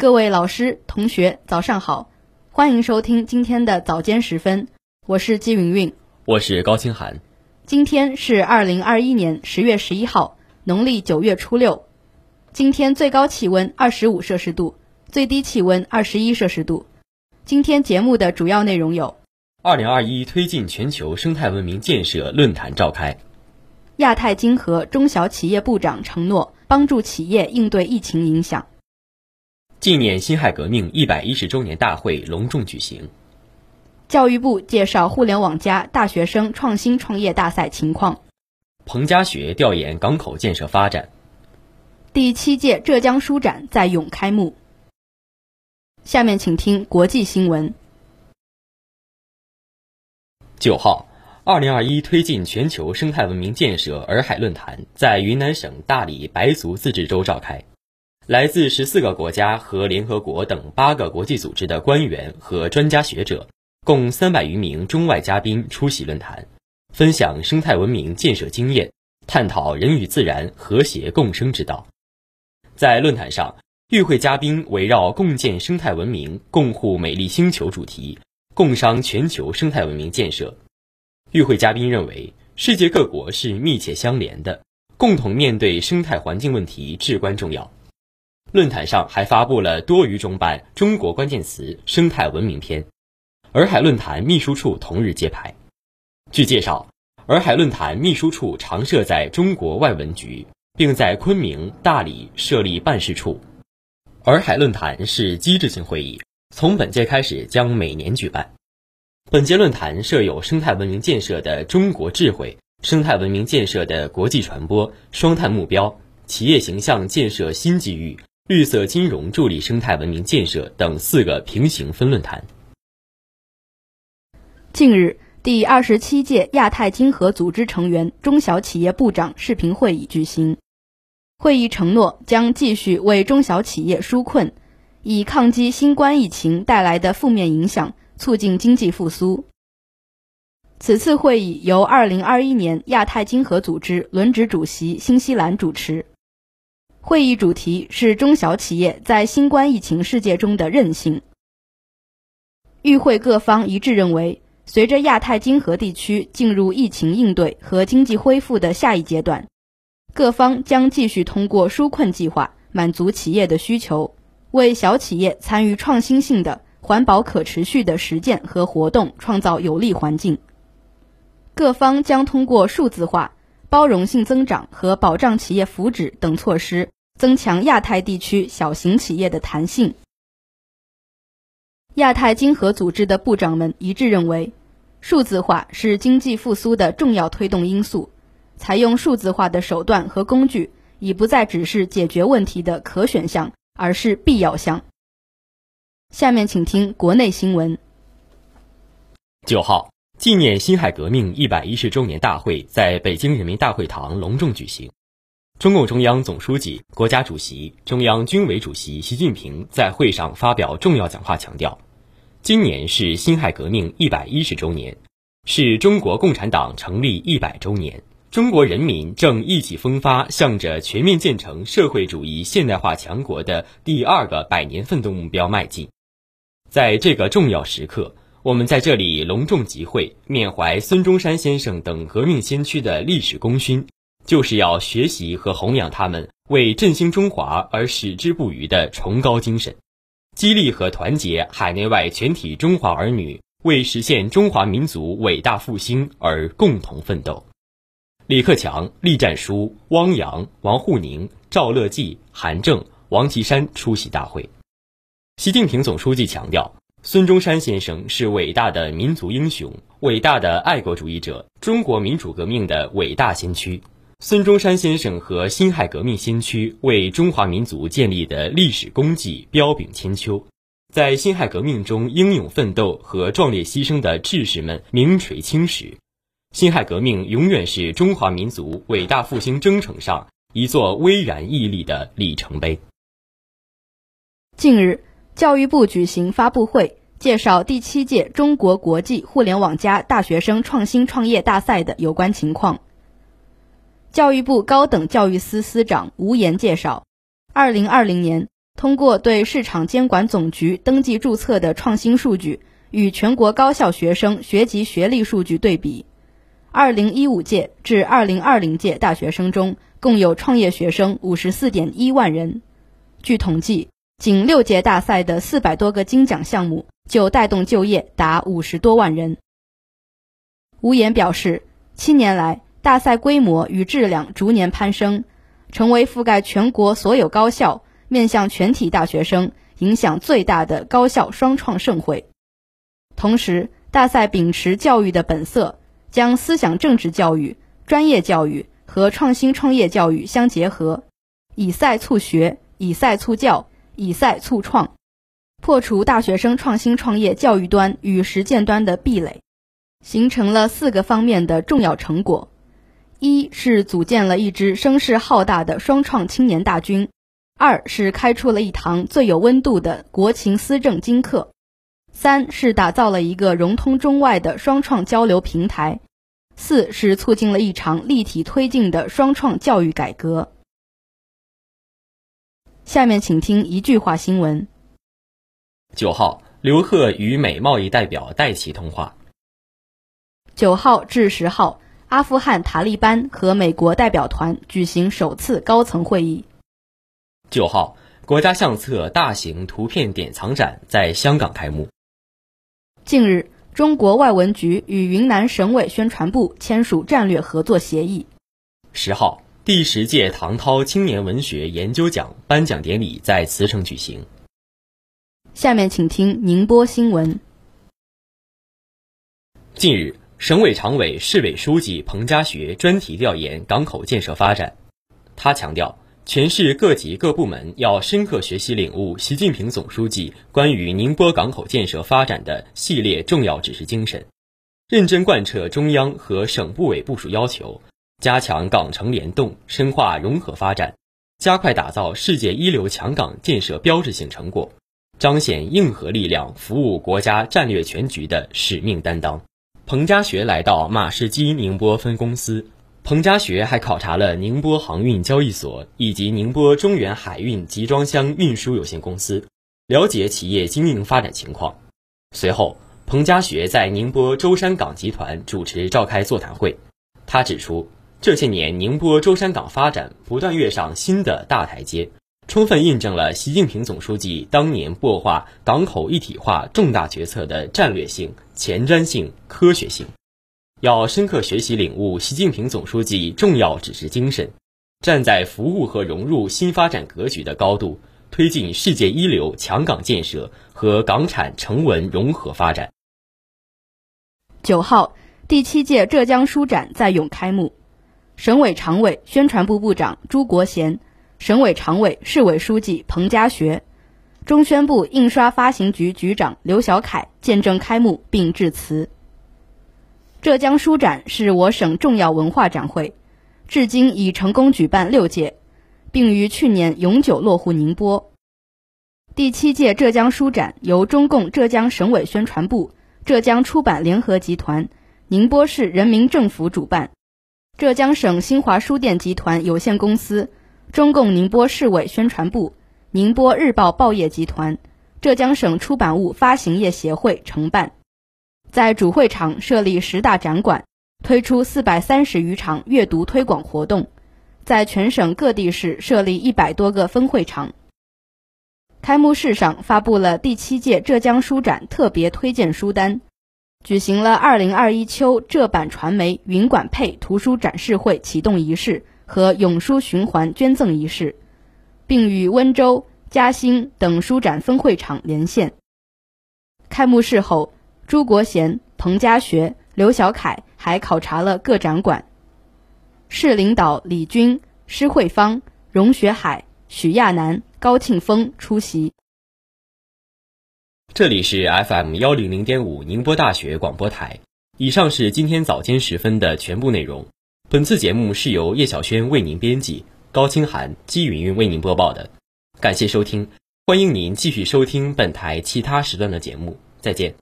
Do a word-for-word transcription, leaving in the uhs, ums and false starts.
各位老师、同学，早上好，欢迎收听今天的早间时分，我是季云云， 我是高清涵。 今天是二零二一年十月十一号，农历九月初六。今天最高气温二十五摄氏度，最低气温二十一摄氏度。今天节目的主要内容有： 二零二一推进全球生态文明建设论坛召开； 亚太经合中小企业部长承诺帮助企业应对疫情影响； 纪念辛亥革命一百一十周年大会隆重举行； 教育部介绍互联网加大学生创新创业大赛情况； 彭家学调研港口建设发展； 第七届浙江书展在永开幕。下面请听国际新闻。 九号，二零二一推进全球生态文明建设洱海论坛在云南省大理白族自治州召开。来自十四个国家和联合国等八个国际组织的官员和专家学者，共三百余名中外嘉宾出席论坛，分享生态文明建设经验，探讨人与自然和谐共生之道。在论坛上，与会嘉宾围绕共建生态文明、共护美丽星球主题，共商全球生态文明建设。与会嘉宾认为，世界各国是密切相连的，共同面对生态环境问题至关重要。论坛上还发布了多语中版中国关键词生态文明篇。洱海论坛秘书处同日揭牌。据介绍，洱海论坛秘书处常设在中国外文局，并在昆明、大理设立办事处。洱海论坛是机制性会议，从本届开始将每年举办。本届论坛设有生态文明建设的中国智慧、生态文明建设的国际传播、双碳目标、企业形象建设新机遇、绿色金融助力生态文明建设等四个平行分论坛。 近日，第二十七届亚太经合组织成员中小企业部长视频会议举行。会议承诺将继续为中小企业纾困，以抗击新冠疫情带来的负面影响，促进经济复苏。此次会议由二零二一年亚太经合组织轮值主席新西兰主持。会议主题是中小企业在新冠疫情世界中的韧性。与会各方一致认为，随着亚太经合地区进入疫情应对和经济恢复的下一阶段，各方将继续通过纾困计划满足企业的需求，为小企业参与创新性的环保可持续的实践和活动创造有利环境。各方将通过数字化、包容性增长和保障企业福祉等措施，增强亚太地区小型企业的弹性。亚太经合组织的部长们一致认为，数字化是经济复苏的重要推动因素，采用数字化的手段和工具，已不再只是解决问题的可选项，而是必要项。下面请听国内新闻。 九号，纪念辛亥革命一百一十周年大会在北京人民大会堂隆重举行。中共中央总书记、国家主席、中央军委主席习近平在会上发表重要讲话，强调，今年是辛亥革命一百一十周年，是中国共产党成立一百周年。中国人民正意气风发，向着全面建成社会主义现代化强国的第二个百年奋斗目标迈进。在这个重要时刻，我们在这里隆重集会，缅怀孙中山先生等革命先驱的历史功勋，就是要学习和弘扬他们为振兴中华而矢志不渝的崇高精神，激励和团结海内外全体中华儿女为实现中华民族伟大复兴而共同奋斗。李克强、栗战书、汪洋、王沪宁、赵乐际、韩正、王岐山出席大会。习近平总书记强调，孙中山先生是伟大的民族英雄，伟大的爱国主义者，中国民主革命的伟大先驱。孙中山先生和辛亥革命先驱为中华民族建立的历史功绩彪炳千秋，在辛亥革命中英勇奋斗和壮烈牺牲的志士们名垂青史。辛亥革命永远是中华民族伟大复兴征程上一座巍然屹立的里程碑。 近日，教育部举行发布会，介绍第七届中国国际互联网加大学生创新创业大赛的有关情况。教育部高等教育司司长吴岩介绍，二零二零年通过对市场监管总局登记注册的创新数据与全国高校学生学籍学历数据对比，二零一五届至二零二零届大学生中共有创业学生 五十四点一万人。据统计，仅六届大赛的四百多个金奖项目就带动就业达五十多万人。吴岩表示，七年来大赛规模与质量逐年攀升，成为覆盖全国所有高校、面向全体大学生影响最大的高校双创盛会。同时，大赛秉持教育的本色，将思想政治教育、专业教育和创新创业教育相结合，以赛促学，以赛促教，以赛促创，破除大学生创新创业教育端与实践端的壁垒，形成了四个方面的重要成果。一是组建了一支声势浩大的双创青年大军，二是开出了一堂最有温度的国情思政精课，三是打造了一个融通中外的双创交流平台，四是促进了一场立体推进的双创教育改革。下面请听一句话新闻。 九号，刘鹤与美贸易代表戴琪通话。 九号至十号，阿富汗塔利班和美国代表团举行首次高层会议。 九号，国家相册大型图片典藏展在香港开幕。 近日，中国外文局与云南省委宣传部签署战略合作协议。 十号，第十届唐涛青年文学研究奖颁奖典礼在茨城举行。 下面请听宁波新闻。 近日，省委常委、市委书记彭家学专题调研港口建设发展。他强调，全市各级各部门要深刻学习领悟习近平总书记关于宁波港口建设发展的系列重要指示精神，认真贯彻中央和省部委部署要求，加强港城联动，深化融合发展，加快打造世界一流强港建设标志性成果，彰显硬核力量服务国家战略全局的使命担当。彭家学来到马士基宁波分公司，彭家学还考察了宁波航运交易所以及宁波中原海运集装箱运输有限公司，了解企业经营发展情况。随后，彭家学在宁波舟山港集团主持召开座谈会。他指出，这些年宁波舟山港发展不断跃上新的大台阶，充分印证了习近平总书记当年擘画港口一体化重大决策的战略性、前瞻性、科学性。要深刻学习领悟习近平总书记重要指示精神，站在服务和融入新发展格局的高度，推进世界一流强港建设和港产成文融合发展。 九号，第七届浙江书展在勇开幕，省委常委、宣传部部长朱国贤，省委常委、市委书记彭家学，中宣部印刷发行局局长刘小凯见证开幕并致辞。浙江书展是我省重要文化展会，至今已成功举办六届，并于去年永久落户宁波。第七届浙江书展由中共浙江省委宣传部、浙江出版联合集团、宁波市人民政府主办，浙江省新华书店集团有限公司、中共宁波市委宣传部、宁波日报报业集团、浙江省出版物发行业协会承办。在主会场设立十大展馆，推出四百三十余场阅读推广活动，在全省各地市设立一百多个分会场。开幕式上发布了第七届浙江书展特别推荐书单，举行了二零二一秋浙版传媒云管配图书展示会启动仪式和永书循环捐赠仪式，并与温州、嘉兴等书展分会场连线。开幕式后，朱国贤、彭家学、刘小凯还考察了各展馆。市领导李军、施慧芳、荣学海、许亚楠、高庆峰出席。 这里是 F M 一零零点五 宁波大学广播台。以上是今天早间时分的全部内容。本次节目是由叶小轩为您编辑，高清涵、姬云云为您播报的。感谢收听，欢迎您继续收听本台其他时段的节目。再见。